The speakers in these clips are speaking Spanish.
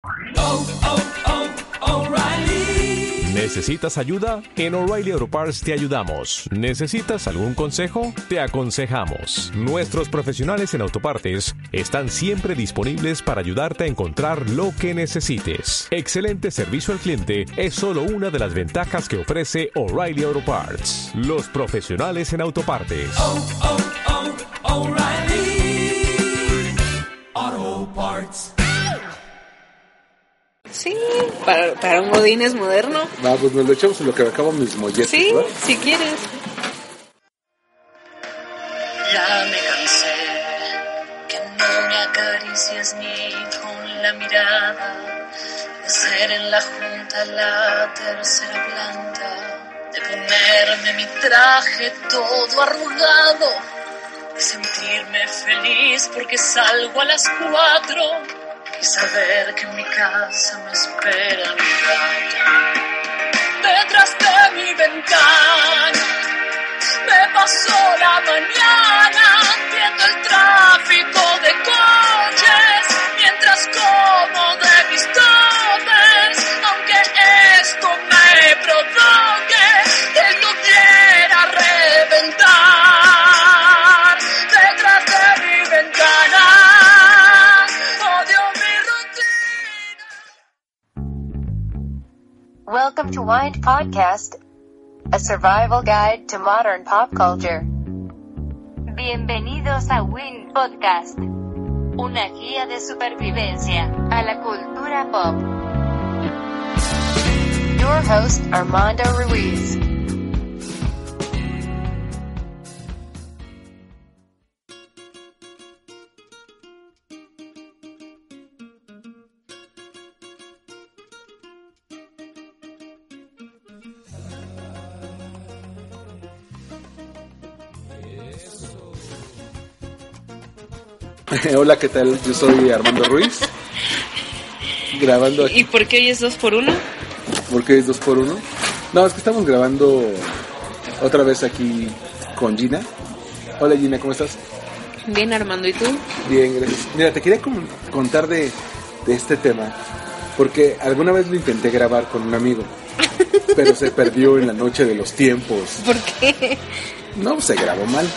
O'Reilly. ¿Necesitas ayuda? En O'Reilly Auto Parts te ayudamos. ¿Necesitas algún consejo? Te aconsejamos. Nuestros profesionales en autopartes están siempre disponibles para ayudarte a encontrar lo que necesites. Excelente servicio al cliente es solo una de las ventajas que ofrece O'Reilly Auto Parts. Los profesionales en autopartes. O'Reilly Auto Parts. Sí, para un godínez moderno. No, pues nos lo echamos en lo que acaban mis molletes, Sí, ¿verdad? si quieres. Ya me cansé que no me acaricies ni con la mirada, de ser en la junta la tercera planta, de ponerme mi traje todo arrugado, de sentirme feliz porque salgo a las 4 y saber que en mi casa me espera mi gato. Detrás de mi ventana me pasó la mañana viendo el tráfico de coches mientras como de mis toppers, aunque esto me provoque que esto quiera reventar. Detrás de mi ventana odio mi rutina. Welcome to Wind Podcast, a survival guide to modern pop culture. Bienvenidos a Wind Podcast, una guía de supervivencia a la cultura pop. Your host, Armando Ruiz. Hola, ¿qué tal? Yo soy Armando Ruiz, grabando aquí. ¿Y por qué hoy es 2x1? ¿Por qué es 2x1? No, es que estamos grabando otra vez aquí con Gina. Hola Gina, ¿cómo estás? Bien, Armando, ¿y tú? Bien, gracias. Mira, te quería contar de este tema, porque alguna vez lo intenté grabar con un amigo, pero se perdió en la noche de los tiempos. ¿Por qué? No, se grabó mal.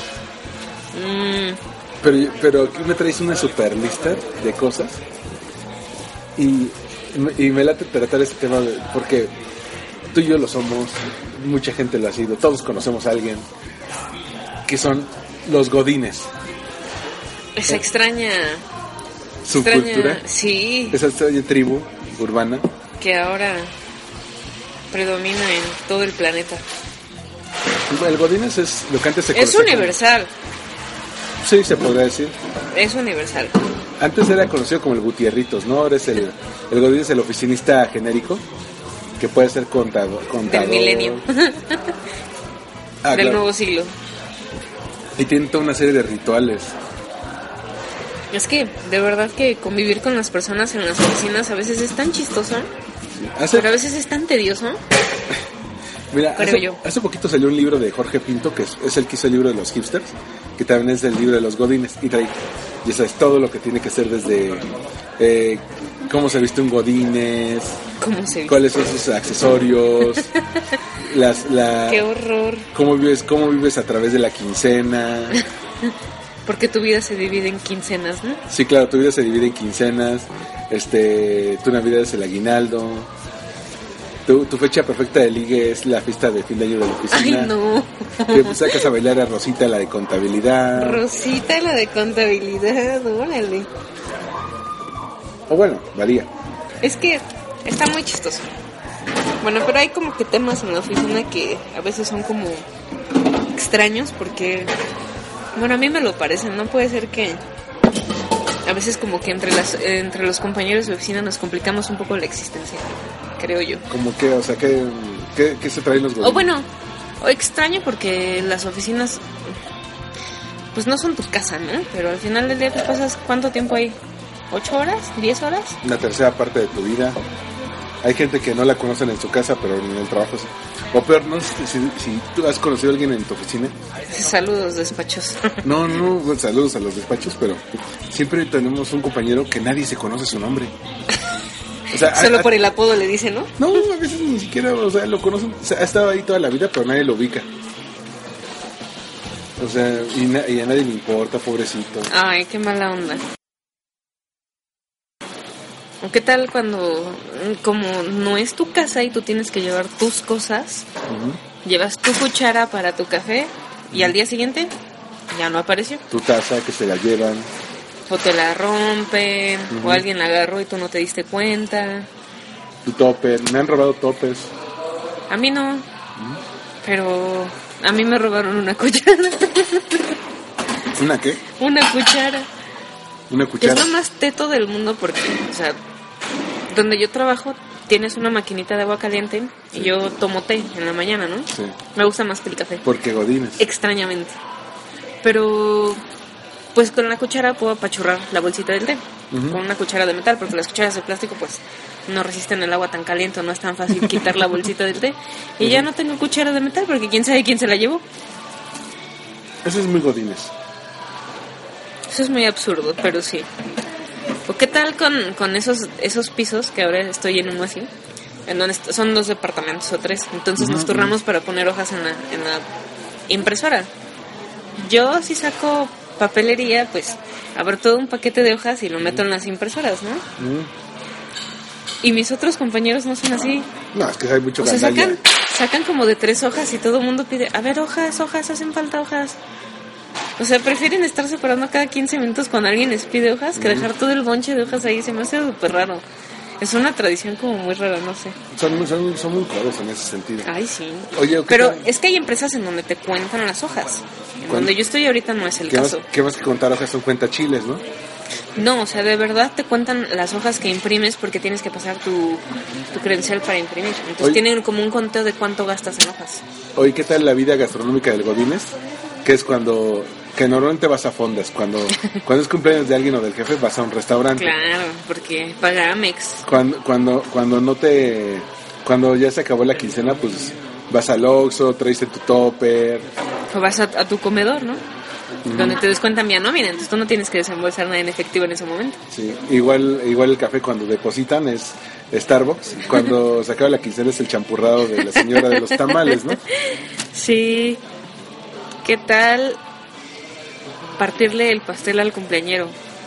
Pero aquí me traes una super lista de cosas y me late tratar este tema porque tú y yo lo somos, mucha gente lo ha sido, todos conocemos a alguien que son los godines. Esa extraña Subcultura, sí, esa extraña tribu urbana que ahora predomina en todo el planeta. El godines es lo que antes se Es conocía universal, sí, se podría decir. es universal. Antes era conocido como el Gutierritos, ¿no? Ahora es el godín es el oficinista genérico que puede ser contador. Del milenio, del claro. nuevo siglo. Y tiene toda una serie de rituales. Es que, de verdad que convivir con las personas en las oficinas a veces es tan chistoso, pero a veces es tan tedioso. Mira, creo hace poquito salió un libro de Jorge Pinto, que es el que hizo el libro de los hipsters, que también es el libro de los godines, y trae, y eso es todo lo que tiene que ser desde cómo se viste un godines, cuáles son sus accesorios, ¡qué horror! cómo vives a través de la quincena. Porque tu vida se divide en quincenas, ¿no? Sí, claro, tu vida se divide en quincenas, tu Navidad es el aguinaldo. Tu fecha perfecta de ligue es la fiesta de fin de año de la oficina. ¡Ay, no! Que pues sacas a bailar a Rosita, la de contabilidad. Rosita, la de contabilidad, órale. O bueno, varía. Es que está muy chistoso. Bueno, pero hay como que temas en la oficina que a veces son como extraños porque... Bueno, a mí me lo parecen, no puede ser que... A veces como que entre los compañeros de oficina nos complicamos un poco la existencia, creo yo. Como que, o sea, ¿qué se traen los godines? O bueno, o extraño porque las oficinas pues no son tu casa, ¿no? Pero al final del día te pasas, ¿cuánto tiempo hay? ¿8 horas? ¿10 horas? Una tercera parte de tu vida. Hay gente que no la conocen en su casa, pero en el trabajo sí. O peor, no sé si tú has conocido a alguien en tu oficina. Saludos, despachos. No, bueno, saludos a los despachos, pero siempre tenemos un compañero que nadie se conoce su nombre. O sea, Solo por el apodo le dicen, ¿no? No, a veces ni siquiera, o sea, lo conocen. O sea, ha estado ahí toda la vida, pero nadie lo ubica. O sea, y a nadie le importa, pobrecito. Ay, qué mala onda. ¿O qué tal cuando, como no es tu casa y tú tienes que llevar tus cosas, llevas tu cuchara para tu café y al día siguiente ya no apareció? Tu taza que se la llevan. O te la rompen, o alguien la agarró y tú no te diste cuenta. Tu topper. Me han robado toppers. A mí no, pero a mí me robaron una cuchara. ¿Una qué? Una cuchara. Una Que cuchara. es lo más teto del mundo porque, o sea, donde yo trabajo tienes una maquinita de agua caliente y yo tomo té en la mañana, ¿no? Sí. Me gusta más que el café, Porque godines. extrañamente. Pero, pues con la cuchara puedo apachurrar la bolsita del té. Con una cuchara de metal, porque las cucharas de plástico, pues, no resisten el agua tan caliente, no es tan fácil quitar la bolsita del té. Y ya no tengo cuchara de metal porque quién sabe quién se la llevó. Eso es muy godines. Eso es muy absurdo, pero sí. ¿O qué tal con esos pisos, que ahora estoy en uno así? En donde son 2 departamentos o 3. Entonces nos turnamos para poner hojas en la impresora. Yo si saco papelería, pues abro todo un paquete de hojas y lo meto en las impresoras, ¿no? Y mis otros compañeros no son así. No, es que hay mucho O sea, gandalla. sacan como de 3 hojas y todo el mundo pide, a ver, hojas, hacen falta hojas. O sea, prefieren estar separando cada 15 minutos cuando alguien les pide hojas que dejar todo el bonche de hojas ahí. Se me hace súper raro. Es una tradición como muy rara, no sé. Son muy codos en ese sentido. Ay, sí. Oye, ¿qué pero tal? es que hay empresas en donde te cuentan las hojas. En ¿Cuándo? donde yo estoy ahorita no es el caso. ¿Qué más que contar hojas son cuentachiles, no? No, o sea, de verdad te cuentan las hojas que imprimes porque tienes que pasar tu credencial para imprimir. Entonces Oye. tienen como un conteo de cuánto gastas en hojas. Oye, ¿qué tal la vida gastronómica del godines? Que es que normalmente vas a fondas. Cuando es cumpleaños de alguien o del jefe, vas a un restaurante. Claro, porque paga Amex. Cuando ya se acabó la quincena, pues vas al Oxxo, traes tu topper. O vas a tu comedor, ¿no? Donde te descuentan vía nómina, entonces tú no tienes que desembolsar nada en efectivo en ese momento. Sí, igual el café cuando depositan es Starbucks. Cuando se acaba la quincena es el champurrado de la señora de los tamales, ¿no? Sí. ¿Qué tal partirle el pastel al cumpleañero?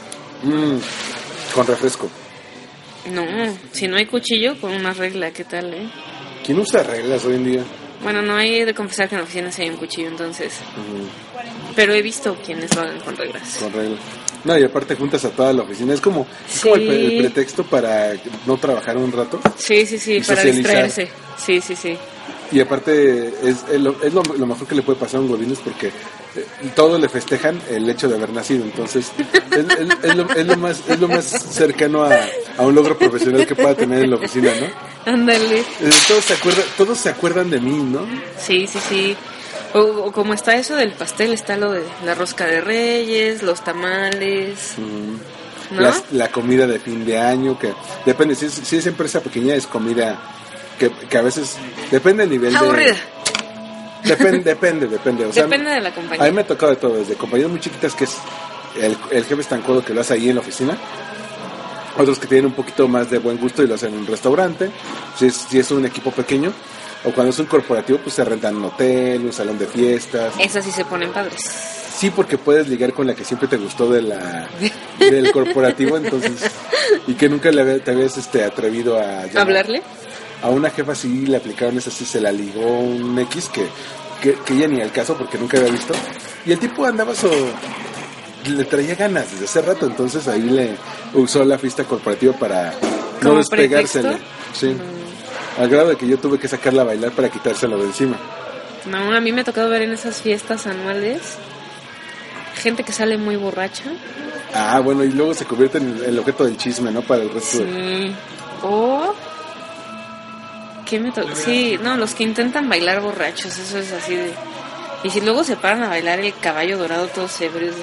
Con refresco. No, si no hay cuchillo, con una regla, ¿qué tal, ¿Quién usa reglas hoy en día? Bueno, no hay de confesar que en la oficina sí hay un cuchillo, entonces. Pero he visto quienes lo hagan con reglas. Con reglas. No, y aparte juntas a toda la oficina. Es como Sí. el pretexto para no trabajar un rato. Sí, Y para socializar. distraerse. Sí. Y aparte es lo mejor que le puede pasar a un godines porque todos le festejan el hecho de haber nacido. Entonces es lo más cercano a un logro profesional que pueda tener en la oficina, ¿no? Ándale. Todos se acuerdan de mí, ¿no? Sí. O como está eso del pastel, está lo de la rosca de reyes, los tamales, ¿no? La comida de fin de año, que depende, si es empresa pequeña es comida que a veces depende del nivel Aburrida. Depende. O sea, Depende de la a compañía. mí me ha tocado de todo, desde compañías muy chiquitas que es el jefe es tan codo que lo hace ahí en la oficina, otros que tienen un poquito más de buen gusto y lo hacen en un restaurante, si es un equipo pequeño, o cuando es un corporativo pues se rentan un hotel, un salón de fiestas. Esas sí se ponen padres. Sí, porque puedes ligar con la que siempre te gustó del corporativo, entonces, y que nunca te habías atrevido a llamar. ¿Hablarle? A una jefa sí le aplicaron esa, sí se la ligó un X que ella ni al caso porque nunca había visto. Y el tipo andaba le traía ganas desde hace rato, entonces ahí le usó la fiesta corporativa para no ¿Como despegársele. pretexto? Sí. Al grado de que yo tuve que sacarla a bailar para quitárselo de encima. No, a mí me ha tocado ver en esas fiestas anuales gente que sale muy borracha. Ah, bueno, y luego se convierte en el objeto del chisme, ¿no? Para el resto de... Sí. O... ¿Qué me toca? Sí, no, los que intentan bailar borrachos, eso es así de... Y si luego se paran a bailar el caballo dorado todos ebrios...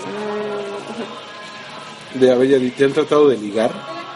No. De haber ¿te han tratado de ligar?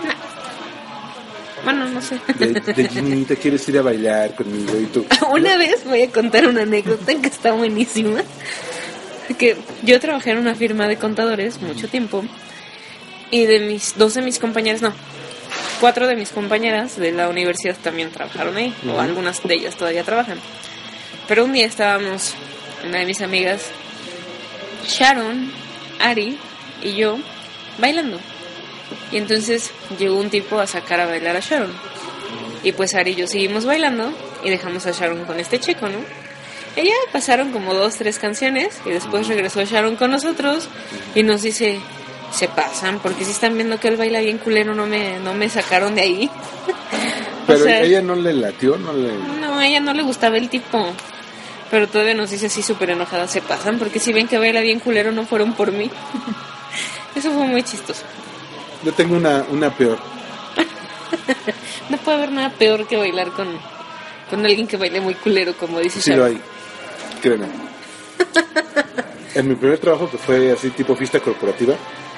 Bueno, no sé. De Ginita, ¿quieres ir a bailar conmigo? Y tú... Una vez voy a contar una anécdota que está buenísima. Que yo trabajé en una firma de contadores mucho tiempo. Y de mis 2 de mis compañeras, no, 4 de mis compañeras de la universidad también trabajaron ahí, o algunas de ellas todavía trabajan. Pero un día estábamos, una de mis amigas, Sharon, Ari y yo, bailando. Y entonces llegó un tipo a sacar a bailar a Sharon. Y pues Ari y yo seguimos bailando y dejamos a Sharon con este chico, ¿no? Y ya pasaron como 2-3 canciones y después regresó Sharon con nosotros y nos dice, se pasan, porque si están viendo que él baila bien culero, no me sacaron de ahí. Pero o sea, ella no le latió, No, a ella no le gustaba el tipo. Pero todavía nos dice así súper enojada, se pasan, porque si ven que baila bien culero, no fueron por mí. Eso fue muy chistoso. Yo tengo una peor. No puede haber nada peor que bailar con alguien que baile muy culero, como dice Sí Sharon. lo hay, créeme. En mi primer trabajo, que fue así tipo fiesta corporativa,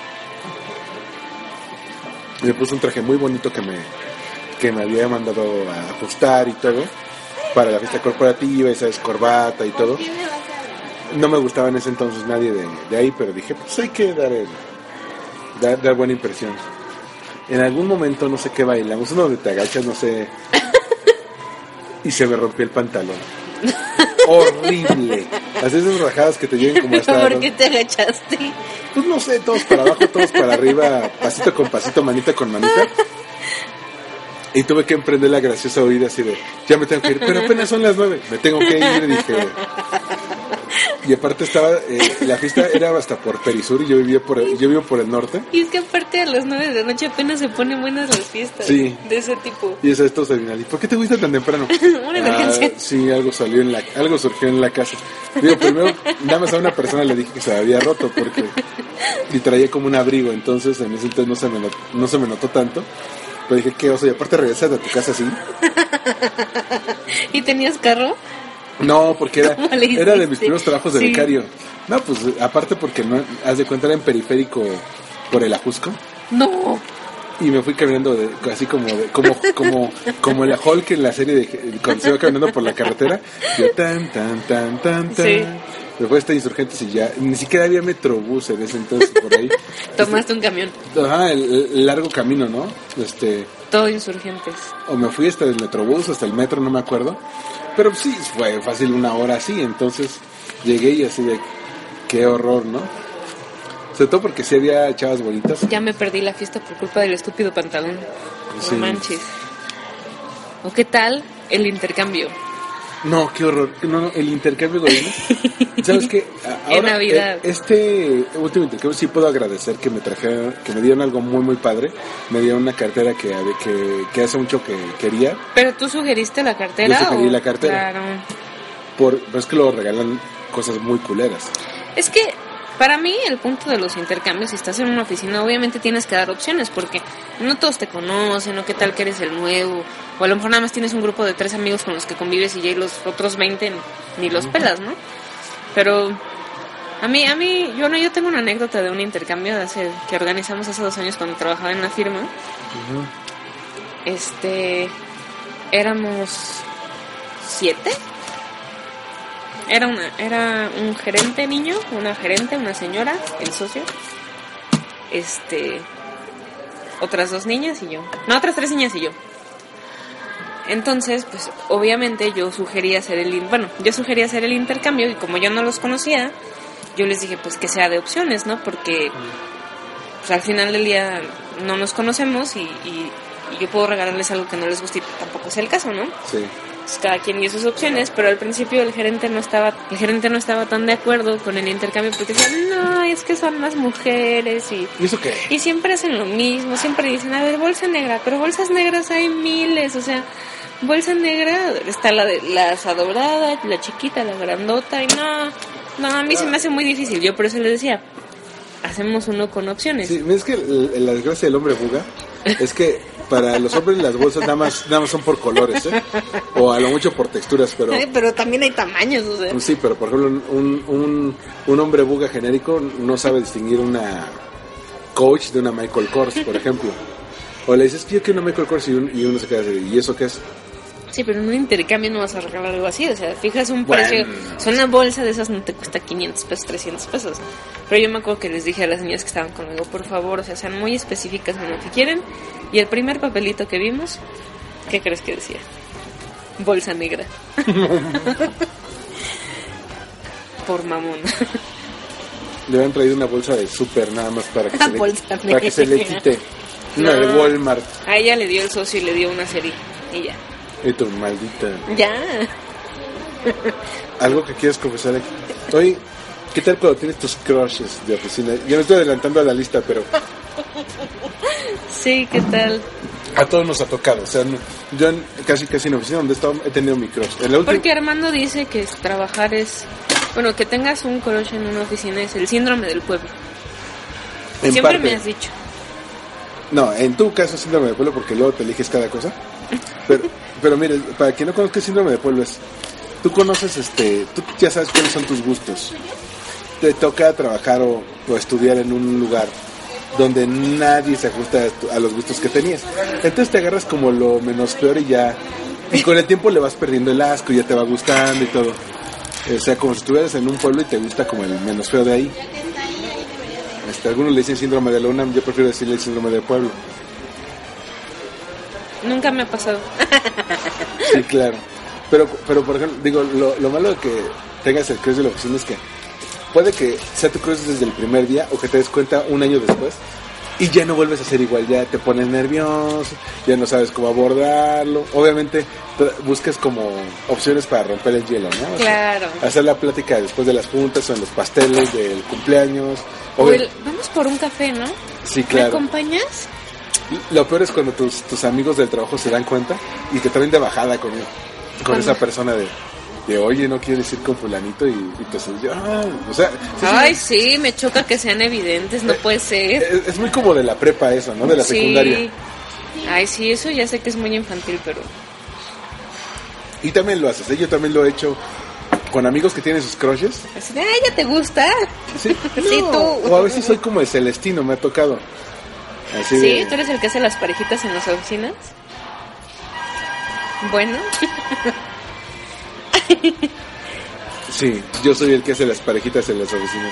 me puse un traje muy bonito que me había mandado a ajustar y todo para la fiesta corporativa, esa es corbata y todo. No me gustaba en ese entonces nadie de ahí, pero dije, pues hay que dar buena impresión. En algún momento, no sé qué bailamos, uno donde te agachas, no sé, y se me rompió el pantalón. Horrible. Así esas rajadas que te lleven como hasta... ¿Por qué te agachaste? Pues no sé, todos para abajo, todos para arriba, pasito con pasito, manita con manita. Y tuve que emprender la graciosa huida así de, ya me tengo que ir, pero apenas son las 9, me tengo que ir, dije. Y aparte estaba, la fiesta era hasta por Perisur y yo vivo por el norte. Y es que aparte a las 9 de la noche apenas se ponen buenas las fiestas. Sí. De ese tipo. Y eso es todo final. ¿Y por qué te fuiste tan temprano? Una emergencia. Sí, algo surgió en la casa. Digo, primero, nada más a una persona le dije que se había roto porque y traía como un abrigo, entonces en ese entonces no se me notó tanto. Pero dije, ¿qué oso? Y aparte regresas a tu casa así. ¿Y tenías carro? No, porque era de mis primeros trabajos de Sí. becario. No, pues aparte porque no, haz de cuenta era en periférico por el Ajusco. No. Y me fui caminando así como el Hulk en la serie de cuando se iba caminando por la carretera. Yo tan. Sí. Después de Insurgentes y ya, ni siquiera había metrobús en ese entonces por ahí. Tomaste un camión. Ajá, el largo camino, ¿no? Todo Insurgentes. O me fui hasta el metrobús, hasta el metro, no me acuerdo. Pero sí, fue fácil una hora así, entonces llegué y así de, qué horror, ¿no? Sobre todo porque sí había chavas bonitas. Ya me perdí la fiesta por culpa del estúpido pantalón. Sí. No manches. ¿O qué tal el intercambio? No, qué horror. No, el intercambio godín. ¿Sabes qué? Ahora, En Navidad. Este último intercambio sí puedo agradecer que me trajeron, que me dieron algo muy, muy padre. Me dieron una cartera que hace mucho que quería. ¿Pero tú sugeriste la cartera? Yo sugerí o? la cartera. Claro. Pero es que luego regalan cosas muy culeras. Es que para mí el punto de los intercambios, si estás en una oficina, obviamente tienes que dar opciones, porque no todos te conocen, o qué tal que eres el nuevo, o a lo mejor nada más tienes un grupo de 3 amigos con los que convives y ya los otros 20 ni los pelas, ¿no? Pero a mí, yo tengo una anécdota de un intercambio que organizamos hace 2 años cuando trabajaba en la firma. Éramos 7. Era un gerente niño, una gerente, una señora, el socio, otras 2 niñas y yo. No, otras 3 niñas y yo. Entonces, pues, obviamente yo sugería hacer el intercambio y como yo no los conocía, yo les dije, pues, que sea de opciones, ¿no? Porque, pues, al final del día no nos conocemos y yo puedo regalarles algo que no les guste y tampoco sea el caso, ¿no? Sí. Pues cada quien dio sus opciones, pero al principio el gerente no estaba tan de acuerdo con el intercambio porque decía, no, es que son más mujeres ¿Y eso qué? y siempre hacen lo mismo, siempre dicen, a ver, bolsa negra, pero bolsas negras hay miles, o sea, bolsa negra está la dorada, la chiquita, la grandota, y no, a mí se me hace muy difícil, yo por eso le decía, hacemos uno con opciones. Sí, es que la desgracia del hombre buga es que para los hombres las bolsas nada más son por colores, ¿eh? O a lo mucho por texturas, pero... Pero también hay tamaños, o sea. Sí, pero por ejemplo un hombre buga genérico no sabe distinguir una Coach de una Michael Kors, por ejemplo. O le dices que yo quiero una Michael Kors y uno se queda así, ¿y eso qué es? Sí, pero en un intercambio no vas a regalar algo así, o sea, fijas un Bueno. precio, o sea, una bolsa de esas no te cuesta 500 pesos, 300 pesos. Pero yo me acuerdo que les dije a las niñas que estaban conmigo, por favor, o sea, sean muy específicas en lo que quieren. Y el primer papelito que vimos, ¿qué crees que decía? Bolsa negra. Por mamón. Le habían traído una bolsa de súper nada más para que, Bolsa se le negra. quite. Una de No. Walmart. A ella le dio el socio y le dio una serie. Y ya. Y tu maldita. Ya. Algo que quieras confesar aquí. Oye, ¿qué tal cuando tienes tus crushes de oficina? Yo me estoy adelantando a la lista, pero Sí, ¿qué tal? a todos nos ha tocado. O sea, yo casi en oficina donde he estado he tenido mi crush. En la última, Porque Armando dice que trabajar es... Bueno, que tengas un crush en una oficina es el síndrome del pueblo. en Siempre parte. me has dicho. No, en tu caso síndrome de pueblo porque luego te eliges cada cosa. Pero mire, para quien no conozca el síndrome de pueblo es... Tú conoces, tú ya sabes cuáles son tus gustos. Te toca trabajar o estudiar en un lugar donde nadie se ajusta a los gustos que tenías. Entonces te agarras como lo menos peor y ya... Y con el tiempo le vas perdiendo el asco y ya te va gustando y todo. O sea, como si estuvieras en un pueblo y te gusta como el menos feo de ahí. Algunos le dicen síndrome de la UNAM, yo prefiero decirle el síndrome del pueblo. Nunca me ha pasado. Sí, claro. Pero por ejemplo, digo, lo malo de que tengas el crush de la oficina es que puede que sea tu crush desde el primer día o que te des cuenta un año después y ya no vuelves a ser igual, ya te pones nervioso, ya no sabes cómo abordarlo. Obviamente buscas como opciones para romper el hielo, ¿no? O sea, Claro. hacer la plática después de las juntas o en los pasteles del cumpleaños. O el, vamos por un café, ¿no? Sí, ¿Me claro. acompañas? Lo peor es cuando tus amigos del trabajo se dan cuenta y que te ven de bajada con esa persona de oye, no quieres ir con fulanito y te yo, o sea, Ay, sí, me choca que sean evidentes, no puede ser. es muy como de la prepa eso, ¿no? De la Sí. secundaria. Ay, sí, eso ya sé que es muy infantil, pero... Y también lo haces, ¿eh? Yo también lo he hecho con amigos que tienen sus crushes. Así de, ay, ¿ya te gusta? Sí, Sí, no, tú. O a veces soy como el Celestino, me ha tocado. Así Sí, de- tú eres el que hace las parejitas en las oficinas. Bueno, Sí, yo soy el que hace las parejitas en las oficinas.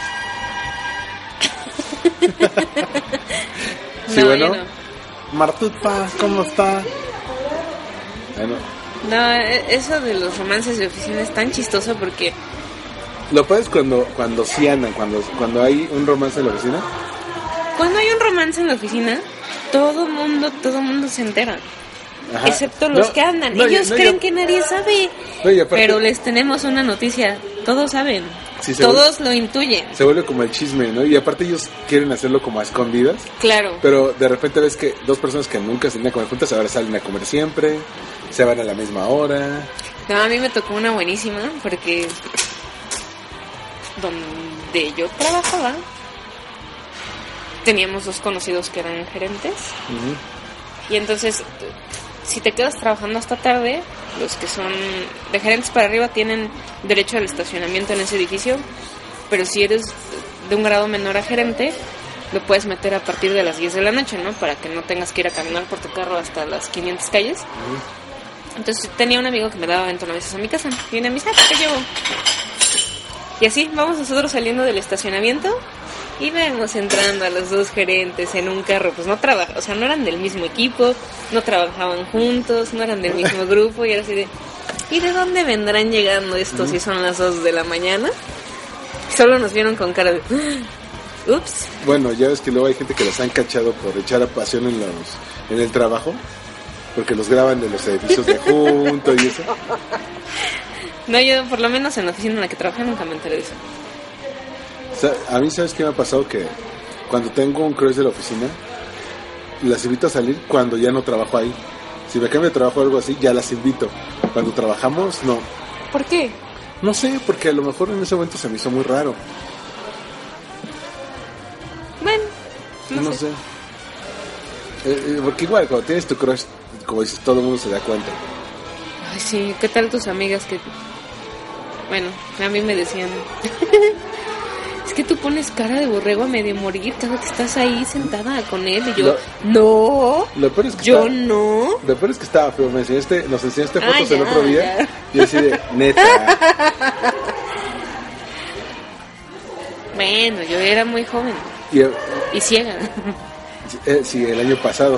Sí, no, bueno. yo no. Martuta, ¿cómo está? Bueno, No, eso de los romances de oficina es tan chistoso porque... lo peor es cuando sí andan, cuando hay un romance en la oficina. Cuando hay un romance en la oficina, todo mundo se entera. Ajá. Excepto los No, que andan. no, Ellos no, creen yo- que nadie sabe. No, y aparte- Pero les tenemos una noticia. Todos saben. Sí, se Todos lo intuyen. Se vuelve como el chisme, ¿no? Y aparte ellos quieren hacerlo como a escondidas. Claro. Pero de repente ves que dos personas que nunca se iban a comer juntas ahora salen a comer siempre, se van a la misma hora. No, a mí me tocó una buenísima porque donde yo trabajaba teníamos dos conocidos que eran gerentes. Ujú. Y entonces, si te quedas trabajando hasta tarde, los que son de gerentes para arriba tienen derecho al estacionamiento en ese edificio, pero si eres de un grado menor a gerente, lo puedes meter a partir de las 10 de la noche, ¿no? Para que no tengas que ir a caminar por tu carro hasta las 500 calles. Entonces tenía un amigo que me daba veces a mi casa. Y viene a mi casa, te llevo. Y así vamos nosotros saliendo del estacionamiento y vemos entrando a los dos gerentes en un carro. Pues no trabajaban, o sea, no eran del mismo equipo, no trabajaban juntos, no eran del mismo grupo. Y era así de, ¿y de dónde vendrán llegando estos si son las 2 de la mañana? Solo nos vieron con cara de, ups. Bueno, ya ves que luego hay gente que los han cachado por echar a pasión en el trabajo, porque los graban de los edificios de junto y eso. No, yo por lo menos en la oficina en la que trabajé nunca me enteré de eso. O sea, a mí, ¿sabes qué me ha pasado? Que cuando tengo un crush de la oficina, las invito a salir cuando ya no trabajo ahí. Si me cambio de trabajo o algo así, ya las invito. Cuando trabajamos, no. ¿Por qué? No sé, porque a lo mejor en ese momento se me hizo muy raro. Bueno, No no sé. sé. Porque igual, cuando tienes tu crush, como dices, todo el mundo se da cuenta. Ay, sí, ¿qué tal tus amigas que... Bueno, a mí me decían... es que tú pones cara de borrego a medio morir cada que estás ahí sentada con él. Y yo, no, Lo peor es que yo no. Lo peor es que estaba feo. Nos enseñaste fotos ya, el otro día. ya. Y yo así de, neta. Bueno, yo era muy joven y ciega. Sí, el año pasado.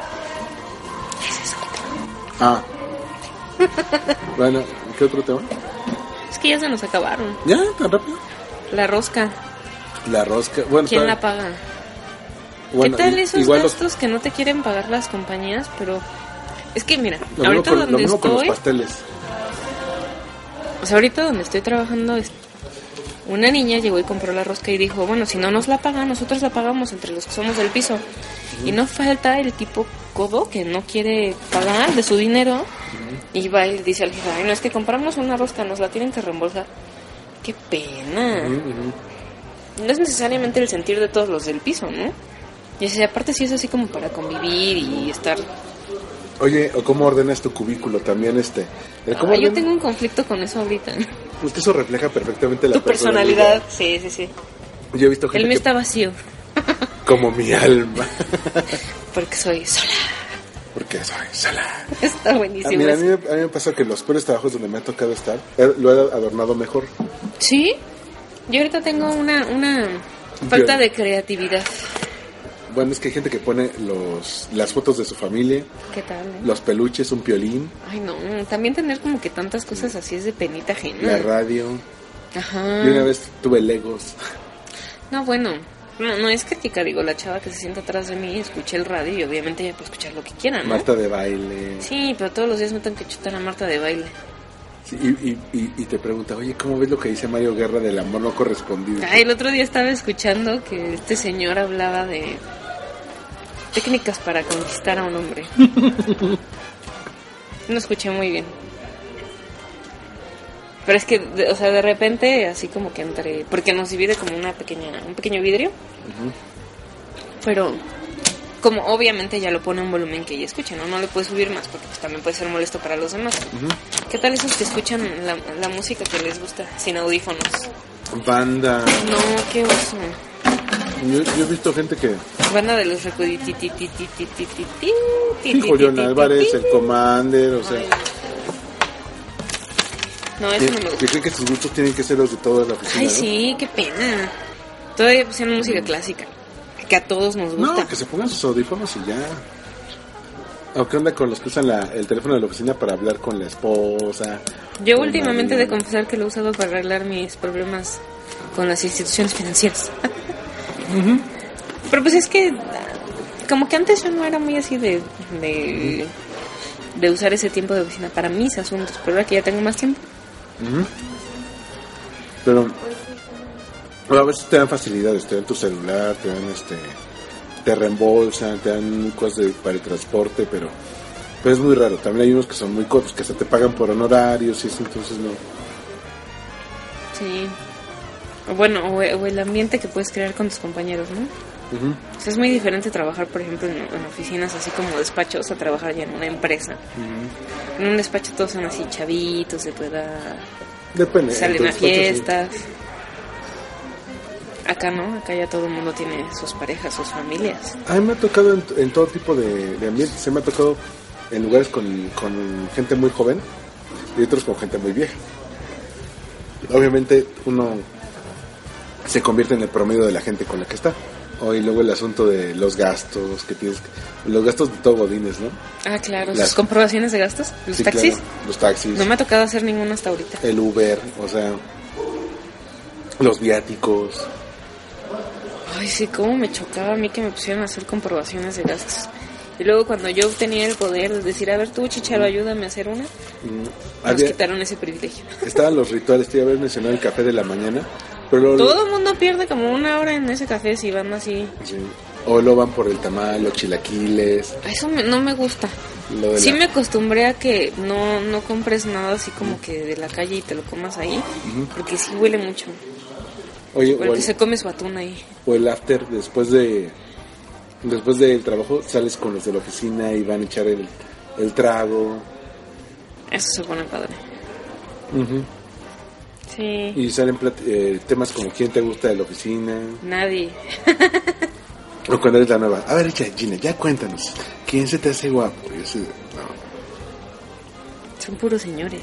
Ah. Bueno, ¿qué otro tema? Es que ya se nos acabaron. ¿Ya? ¿Tan rápido? La rosca, La rosca. Bueno, ¿quién está- la paga? bueno, ¿Qué tal esos igual gastos que no te quieren pagar las compañías? Pero es que mira, lo ahorita mismo donde con los estoy, pasteles. o sea, ahorita donde estoy trabajando, una niña llegó y compró la rosca y dijo, bueno, si no nos la pagan, nosotros la pagamos entre los que somos del piso. Y no falta el tipo codo que no quiere pagar de su dinero y va y le dice al jefe, ay, no, es que compramos una rosca, nos la tienen que reembolsar. Qué pena. No es necesariamente el sentir de todos los del piso, ¿no? Y así, aparte sí es así como para convivir y estar... Oye, ¿o cómo ordenas tu cubículo también? ¿Cómo Yo ordenas? tengo un conflicto con eso ahorita. Pues que eso refleja perfectamente la Tu personalidad, sí, sí, sí. Yo he visto gente El mío que- está vacío, como mi alma. porque soy sola. Porque soy sola. Está Ah, buenísimo. mira, a eso. mí me pasa que los peores trabajos donde me ha tocado estar, lo he adornado mejor. Sí, yo ahorita tengo una falta Yo- de creatividad. Bueno, es que hay gente que pone las fotos de su familia, ¿Qué tal? los peluches, un piolín, Ay, no, también tener como que tantas cosas así es de penita ajena. la radio. Ajá. Yo una vez tuve Legos. No, bueno, no es crítica, digo, la chava que se sienta atrás de mí, escuché el radio y obviamente ella puede escuchar lo que quiera, ¿no? Marta de baile. Sí, pero todos los días me tengo que chutar a Marta de baile. Sí, y te pregunta, oye, ¿cómo ves lo que dice Mario Guerra del amor no correspondido? Ay, el otro día estaba escuchando que este señor hablaba de técnicas para conquistar a un hombre. No escuché muy bien. Pero es que, o sea, de repente, así como que entre... Porque nos divide como un pequeño vidrio. Pero, como obviamente ya lo pone a un volumen que ella escucha, ¿no? No le puede subir más porque pues, también puede ser molesto para los demás. ¿Qué tal esos que escuchan la música que les gusta sin audífonos? Banda. No, qué oso. Yo he visto gente que... Banda de los Sí, Julián Álvarez, el Commander, o sea... No, eso no me que gusta. creen que sus gustos tienen que ser los de toda la oficina, Ay, ¿no? sí, qué pena. Todavía pusieron música clásica, que a todos nos gusta. No, que se pongan sus audífonos y ya. ¿O qué onda con los que usan el teléfono de la oficina para hablar con la esposa? Yo con últimamente he marido? de confesar que lo he usado para arreglar mis problemas con las instituciones financieras. Pero pues es que como que antes yo no era muy así de usar ese tiempo de oficina para mis asuntos, pero ahora que ya tengo más tiempo. Pero a veces te dan facilidades, te dan tu celular, te dan te reembolsan, te dan cosas para el transporte, pero es muy raro. También hay unos que son muy cotos, que hasta te pagan por honorarios y eso, entonces no. Sí. O bueno, o el ambiente que puedes crear con tus compañeros, ¿no? O sea, es muy diferente trabajar, por ejemplo, en oficinas así como despachos a trabajar ya en una empresa. En un despacho todos son así chavitos, se pueda... Depende. Salen a entonces, ¿cuántos sí? fiestas. Acá no, acá ya todo el mundo tiene sus parejas, sus familias. A mí me ha tocado en todo tipo de ambientes. Se me ha tocado en lugares con gente muy joven y otros con gente muy vieja. Obviamente uno se convierte en el promedio de la gente con la que está. Y luego el asunto de los gastos que tienes, los gastos de todo Godínez, ¿no? Ah, claro, Las- sus comprobaciones de gastos, los Sí, taxis. claro, los taxis, No me ha tocado hacer ninguno hasta ahorita. el Uber, o sea, los viáticos. Ay, sí, cómo me chocaba a mí que me pusieran a hacer comprobaciones de gastos. Y luego cuando yo tenía el poder de decir, a ver tú, Chicharo, ayúdame a hacer una, nos Había- quitaron ese privilegio. Estaban los rituales, te iba a haber mencionado el café de la mañana, pero luego, Todo el mundo pierde como una hora en ese café si van así. sí, o luego van por el tamal, los chilaquiles, A eso no me gusta. lo de Sí la- me acostumbré a que no compres nada así como que de la calle y te lo comas ahí, porque sí huele mucho. Oye, O el que se come su atún ahí. o el after después del trabajo sales con los de la oficina y van a echar el trago. Eso se pone padre. Sí. Y salen temas como ¿quién te gusta de la oficina? Nadie. O cuando eres la nueva. A ver, Gina, ya cuéntanos. ¿Quién se te hace guapo? Y así, no. Son puros señores.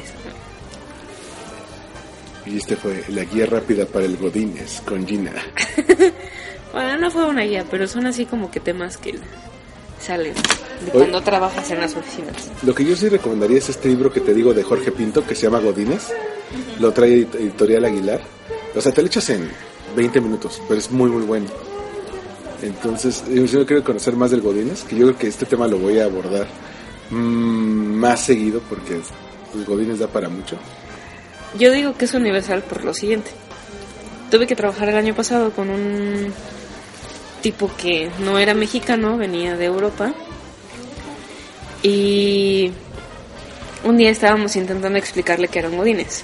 Y fue la guía rápida para el Godínez con Gina. Bueno, no fue una guía, pero son así como que temas que salen de cuando trabajas en las oficinas. Lo que yo sí recomendaría es este libro que te digo de Jorge Pinto, que se llama Godínez. Lo trae Editorial Aguilar. O sea, te lo echas en 20 minutos, pero es muy, muy bueno. Entonces, yo quiero conocer más del Godínez, que yo creo que este tema lo voy a abordar más seguido, porque el Godínez da para mucho. Yo digo que es universal por lo siguiente. Tuve que trabajar el año pasado con un tipo que no era mexicano, venía de Europa. Y un día estábamos intentando explicarle que era un Godínez.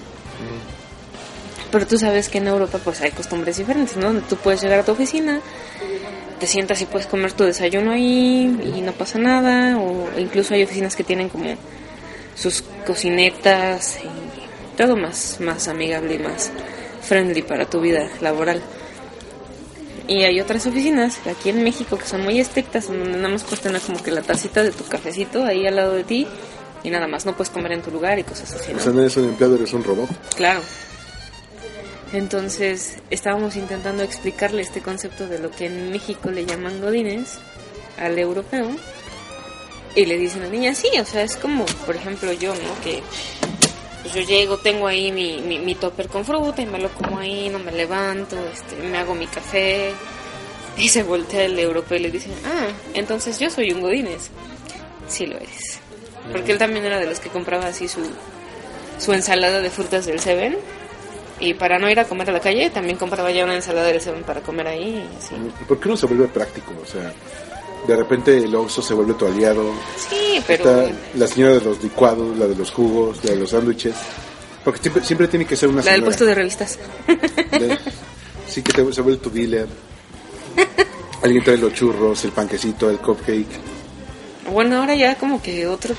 Pero tú sabes que en Europa pues hay costumbres diferentes, ¿no? Donde tú puedes llegar a tu oficina, te sientas y puedes comer tu desayuno ahí y no pasa nada. O incluso hay oficinas que tienen como sus cocinetas y todo más amigable y más friendly para tu vida laboral. Y hay otras oficinas aquí en México que son muy estrictas, donde nada más puedes tener como que la tacita de tu cafecito ahí al lado de ti y nada más, no puedes comer en tu lugar y cosas así, ¿no? O sea, no eres un empleado, eres un robot. Claro. Entonces estábamos intentando explicarle este concepto de lo que en México le llaman Godínez al europeo, y le dice a la niña, sí, o sea, es como, por ejemplo, yo, ¿no? Que pues yo llego, tengo ahí mi topper con fruta y me lo como ahí, no me levanto, me hago mi café, y se voltea el europeo y le dice, entonces yo soy un Godínez. Sí lo eres. Porque él también era de los que compraba así su ensalada de frutas del Seven. Y para no ir a comer a la calle, también compraba ya una ensalada del Seven para comer ahí. Así. ¿Por qué no se vuelve práctico? O sea, de repente el Oxxo se vuelve tu aliado. Sí, pero... Está la señora de los licuados, la de los jugos, la de los sándwiches. Porque siempre tiene que ser una señora. La del puesto de revistas. Sí, que se vuelve tu dealer. Alguien trae los churros, el panquecito, el cupcake. Bueno, ahora ya como que otro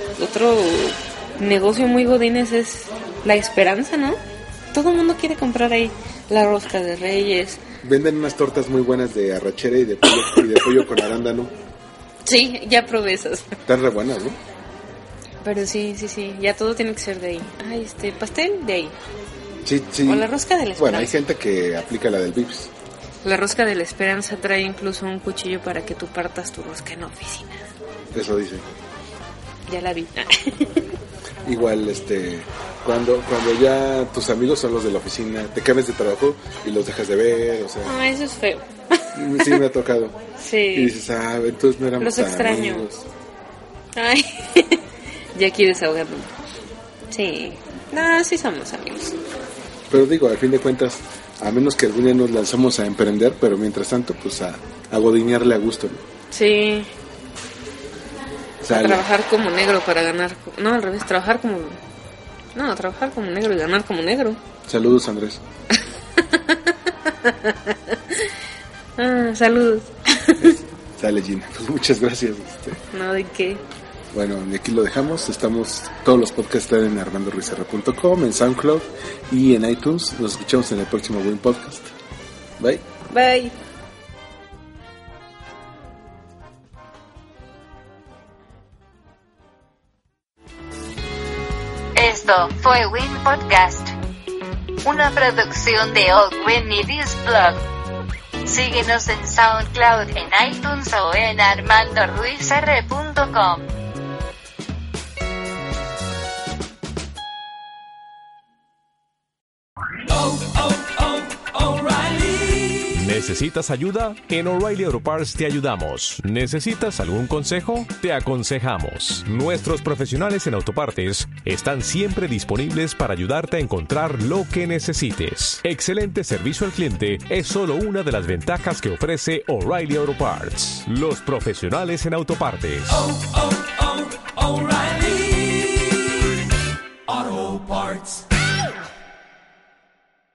negocio muy godínez es la esperanza, ¿no? Todo el mundo quiere comprar ahí la rosca de Reyes. Venden unas tortas muy buenas de arrachera y de pollo con arándano. Sí, ya probé esas. Están re buenas, ¿no? Pero sí, ya todo tiene que ser de ahí. Ay, pastel de ahí. Sí. O la rosca de la esperanza. Bueno, hay gente que aplica la del Vips. La rosca de la esperanza trae incluso un cuchillo para que tú partas tu rosca en oficina. Eso dice. Ya la vi. Igual, cuando ya tus amigos son los de la oficina, te cambias de trabajo y los dejas de ver, o sea... eso es feo. Sí, me ha tocado. Sí. Y dices, entonces no éramos los tan extraño. amigos. Ay, ya quieres ahogarme. Sí. No, sí somos amigos. Pero digo, al fin de cuentas, a menos que algún día nos lanzamos a emprender, pero mientras tanto, pues a godinearle a gusto, ¿no? Sí. Sale. Trabajar como negro para ganar... No, al revés, trabajar como negro y ganar como negro. Saludos, Andrés. Saludos. Sale, Gina. Pues muchas gracias. No, ¿de qué? Bueno, aquí lo dejamos. Todos los podcasts están en armandoruizarra.com, en SoundCloud y en iTunes. Nos escuchamos en el próximo Win Podcast. Bye. Bye. Esto fue Win Podcast, una producción de Old Win y This Blog. Síguenos en SoundCloud, en iTunes o en armandoruizarra.com. ¿Necesitas ayuda? En O'Reilly Auto Parts te ayudamos. ¿Necesitas algún consejo? Te aconsejamos. Nuestros profesionales en autopartes están siempre disponibles para ayudarte a encontrar lo que necesites. Excelente servicio al cliente es solo una de las ventajas que ofrece O'Reilly Auto Parts. Los profesionales en autopartes.